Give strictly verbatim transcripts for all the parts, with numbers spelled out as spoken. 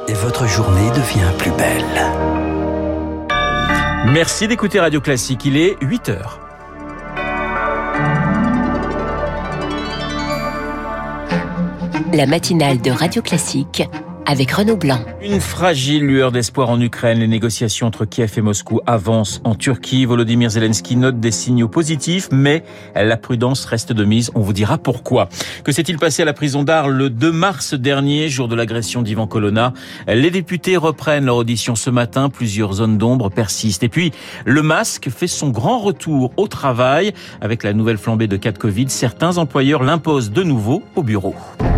et votre journée devient plus belle. Merci d'écouter Radio Classique, il est huit heures. La matinale de Radio Classique avec Renaud Blanc. Une fragile lueur d'espoir en Ukraine. Les négociations entre Kiev et Moscou avancent en Turquie. Volodymyr Zelensky note des signaux positifs, mais la prudence reste de mise. On vous dira pourquoi. Que s'est-il passé à la prison d'Arles le deux mars dernier, jour de l'agression d'Ivan Colonna? Les députés reprennent leur audition ce matin. Plusieurs zones d'ombre persistent. Et puis, le masque fait son grand retour au travail. Avec la nouvelle flambée de cas de Covid, certains employeurs l'imposent de nouveau au bureau.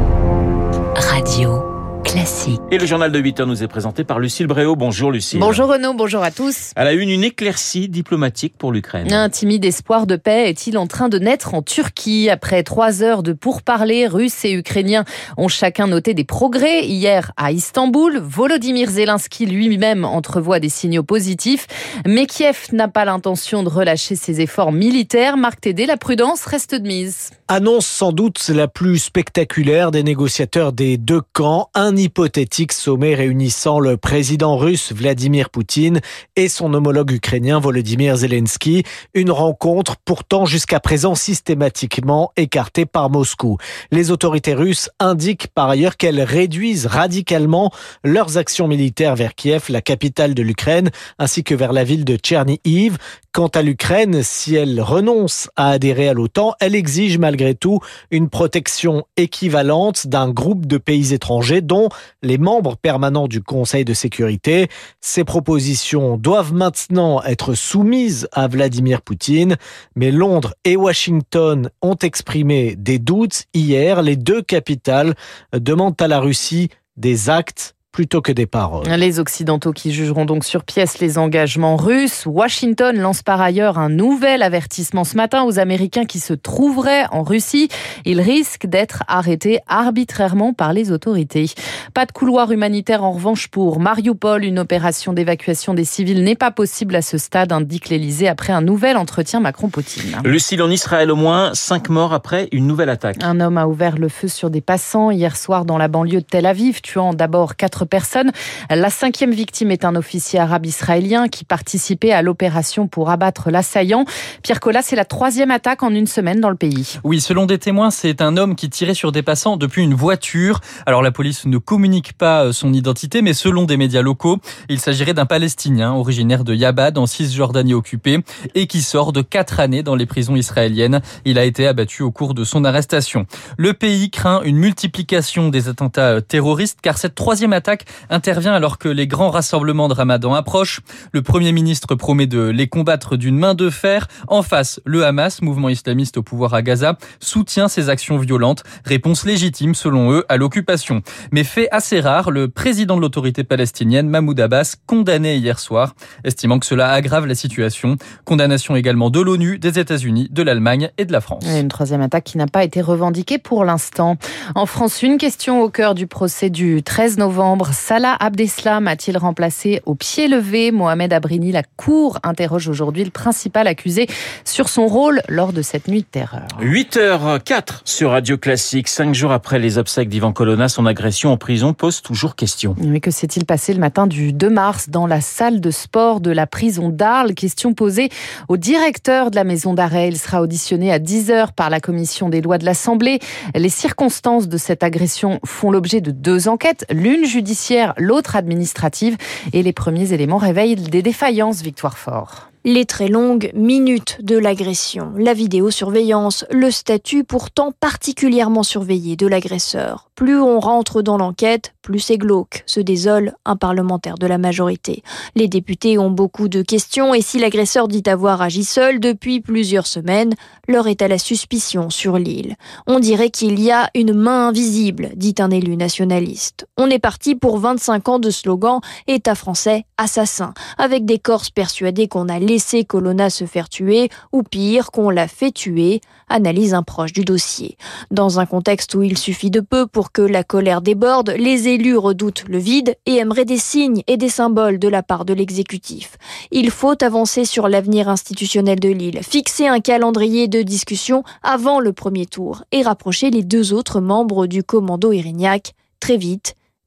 Radio Classique. Et le journal de huit heures nous est présenté par Lucille Bréau. Bonjour Lucille. Bonjour Renaud, bonjour à tous. À la une, une éclaircie diplomatique pour l'Ukraine. Un timide espoir de paix est-il en train de naître en Turquie? Après trois heures de pourparlers, Russes et Ukrainiens ont chacun noté des progrès. Hier à Istanbul, Volodymyr Zelensky lui-même entrevoit des signaux positifs. Mais Kiev n'a pas l'intention de relâcher ses efforts militaires. Marc Tédé, la prudence reste de mise. Annonce sans doute la plus spectaculaire des négociateurs des deux camps. Un hypothétique sommet réunissant le président russe Vladimir Poutine et son homologue ukrainien Volodymyr Zelensky. Une rencontre pourtant jusqu'à présent systématiquement écartée par Moscou. Les autorités russes indiquent par ailleurs qu'elles réduisent radicalement leurs actions militaires vers Kiev, la capitale de l'Ukraine, ainsi que vers la ville de Tchernihiv. Quant à l'Ukraine, si elle renonce à adhérer à l'OTAN, elle exige malgré tout une protection équivalente d'un groupe de pays étrangers dont les membres permanents du Conseil de sécurité. Ces propositions doivent maintenant être soumises à Vladimir Poutine, mais Londres et Washington ont exprimé des doutes hier. Les deux capitales demandent à la Russie des actes plutôt que des paroles. Les Occidentaux qui jugeront donc sur pièce les engagements russes. Washington lance par ailleurs un nouvel avertissement ce matin aux Américains qui se trouveraient en Russie. Ils risquent d'être arrêtés arbitrairement par les autorités. Pas de couloir humanitaire en revanche pour Mariupol. Une opération d'évacuation des civils n'est pas possible à ce stade, indique l'Élysée après un nouvel entretien Macron-Poutine. Lucille, en Israël, au moins cinq morts après une nouvelle attaque. Un homme a ouvert le feu sur des passants hier soir dans la banlieue de Tel Aviv, tuant d'abord quatre personnes. La cinquième victime est un officier arabe israélien qui participait à l'opération pour abattre l'assaillant. Pierre Collat, c'est la troisième attaque en une semaine dans le pays. Oui, selon des témoins, c'est un homme qui tirait sur des passants depuis une voiture. Alors la police ne communique pas son identité, mais selon des médias locaux, il s'agirait d'un Palestinien originaire de Yabad en Cisjordanie occupée et qui sort de quatre années dans les prisons israéliennes. Il a été abattu au cours de son arrestation. Le pays craint une multiplication des attentats terroristes car cette troisième attaque intervient alors que les grands rassemblements de Ramadan approchent. Le Premier ministre promet de les combattre d'une main de fer. En face, le Hamas, mouvement islamiste au pouvoir à Gaza, soutient ces actions violentes. Réponse légitime, selon eux, à l'occupation. Mais fait assez rare, le président de l'autorité palestinienne, Mahmoud Abbas, condamné hier soir, estimant que cela aggrave la situation. Condamnation également de l'ONU, des États-Unis, de l'Allemagne et de la France. Et une troisième attaque qui n'a pas été revendiquée pour l'instant. En France, une question au cœur du procès du treize novembre. Salah Abdeslam a-t-il remplacé au pied levé Mohamed Abrini? La Cour interroge aujourd'hui le principal accusé sur son rôle lors de cette nuit de terreur. huit heures quatre sur Radio Classique. Cinq jours après les obsèques d'Ivan Colonna, son agression en prison pose toujours question. Mais que s'est-il passé le matin du deux mars dans la salle de sport de la prison d'Arles? Question posée au directeur de la maison d'arrêt. Il sera auditionné à dix heures par la commission des lois de l'Assemblée. Les circonstances de cette agression font l'objet de deux enquêtes, l'une judiciaire, l'autre administrative. Et les premiers éléments réveillent des défaillances, Victoire Fort. Les très longues minutes de l'agression, la vidéosurveillance, le statut pourtant particulièrement surveillé de l'agresseur. Plus on rentre dans l'enquête, plus c'est glauque, se désole un parlementaire de la majorité. Les députés ont beaucoup de questions et si l'agresseur dit avoir agi seul depuis plusieurs semaines, l'heure est à la suspicion sur l'île. On dirait qu'il y a une main invisible, dit un élu nationaliste. On est parti pour vingt-cinq ans de slogan « État français, assassin », avec des Corses persuadés qu'on a laissé Colonna se faire tuer, ou pire, qu'on l'a fait tuer, analyse un proche du dossier. Dans un contexte où il suffit de peu pour que la colère déborde, les élus redoutent le vide et aimeraient des signes et des symboles de la part de l'exécutif. Il faut avancer sur l'avenir institutionnel de l'île, fixer un calendrier de discussion avant le premier tour et rapprocher les deux autres membres du commando Érignac très vite,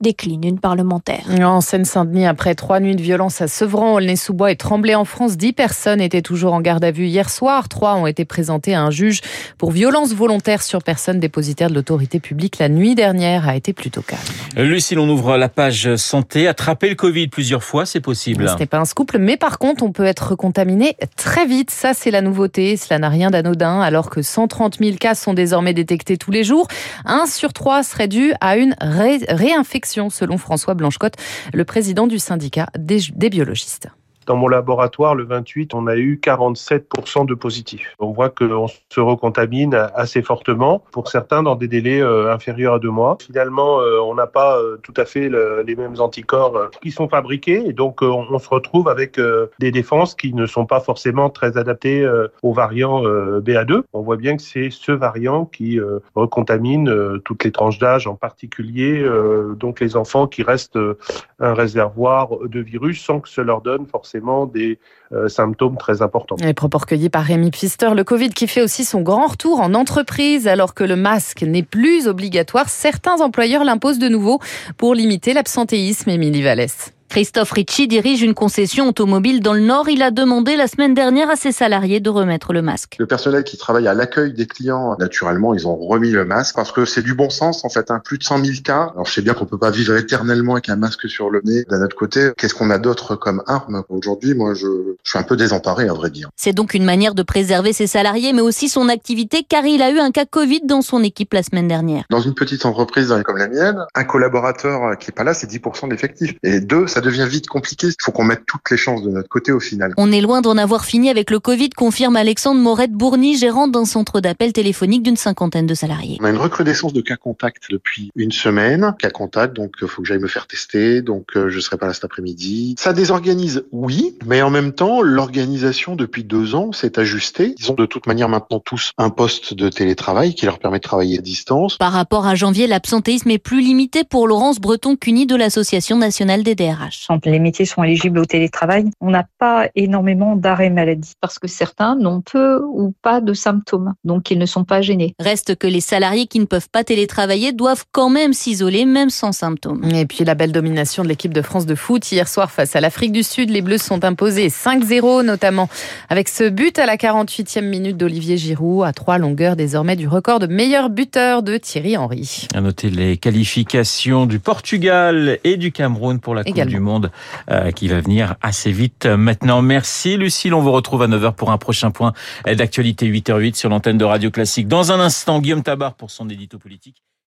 décline une parlementaire. En Seine-Saint-Denis, après trois nuits de violence à Sevran, Aulnay-sous-Bois et Tremblay-en-France, dix personnes étaient toujours en garde à vue hier soir. Trois ont été présentées à un juge pour violence volontaire sur personne dépositaire de l'autorité publique. La nuit dernière a été plutôt calme. Lucie, on ouvre la page santé. Attraper le Covid plusieurs fois, c'est possible. Ce n'est pas un scoop, mais par contre, on peut être contaminé très vite. Ça, c'est la nouveauté. Cela n'a rien d'anodin, alors que cent trente mille cas sont désormais détectés tous les jours. Un sur trois serait dû à une ré- réinfection, selon François Blanchecotte, le président du syndicat des, des biologistes. Dans mon laboratoire, le vingt-huit, on a eu quarante-sept pour cent de positifs. On voit qu'on se recontamine assez fortement, pour certains dans des délais euh, inférieurs à deux mois. Finalement, euh, on n'a pas euh, tout à fait le, les mêmes anticorps euh, qui sont fabriqués, et donc euh, on, on se retrouve avec euh, des défenses qui ne sont pas forcément très adaptées euh, aux variants euh, B A deux. On voit bien que c'est ce variant qui euh, recontamine euh, toutes les tranches d'âge, en particulier euh, donc les enfants qui restent euh, un réservoir de virus sans que cela leur donne forcément des euh, symptômes très importants. Les propos recueillis par Rémi Pfister. Le Covid qui fait aussi son grand retour en entreprise, alors que le masque n'est plus obligatoire. Certains employeurs l'imposent de nouveau pour limiter l'absentéisme. Émilie Vallès. Christophe Ritchie dirige une concession automobile dans le Nord. Il a demandé la semaine dernière à ses salariés de remettre le masque. Le personnel qui travaille à l'accueil des clients, naturellement, ils ont remis le masque parce que c'est du bon sens, en fait. Hein. Plus de cent mille cas. Alors, je sais bien qu'on peut pas vivre éternellement avec un masque sur le nez. D'un autre côté, qu'est-ce qu'on a d'autre comme arme? Aujourd'hui, moi, je, je suis un peu désemparé, à vrai dire. C'est donc une manière de préserver ses salariés, mais aussi son activité, car il a eu un cas Covid dans son équipe la semaine dernière. Dans une petite entreprise comme la mienne, un collaborateur qui est pas là, c'est dix pour cent de l'effectif. Et deux, ça devient vite compliqué. Il faut qu'on mette toutes les chances de notre côté au final. On est loin d'en avoir fini avec le Covid, confirme Alexandre Morette-Bourny, gérant d'un centre d'appel téléphonique d'une cinquantaine de salariés. On a une recrudescence de cas contacts depuis une semaine. Cas contact, donc il faut que j'aille me faire tester, donc euh, je serai pas là cet après-midi. Ça désorganise, oui, mais en même temps, l'organisation depuis deux ans s'est ajustée. Ils ont de toute manière maintenant tous un poste de télétravail qui leur permet de travailler à distance. Par rapport à janvier, l'absentéisme est plus limité pour Laurence Breton-Cuny de l'Association nationale des D R H. Quand les métiers sont éligibles au télétravail, on n'a pas énormément d'arrêts maladie parce que certains n'ont peu ou pas de symptômes, donc ils ne sont pas gênés. Reste que les salariés qui ne peuvent pas télétravailler doivent quand même s'isoler, même sans symptômes. Et puis la belle domination de l'équipe de France de foot hier soir face à l'Afrique du Sud. Les Bleus sont imposés cinq zéro, notamment avec ce but à la quarante-huitième minute d'Olivier Giroud, à trois longueurs désormais du record de meilleur buteur de Thierry Henry. À noter les qualifications du Portugal et du Cameroun pour la Coupe Également. du Monde euh, qui va venir assez vite maintenant. Merci Lucille, on vous retrouve à neuf heures pour un prochain point d'actualité huit heures huit sur l'antenne de Radio Classique. Dans un instant, Guillaume Tabar pour son édito politique.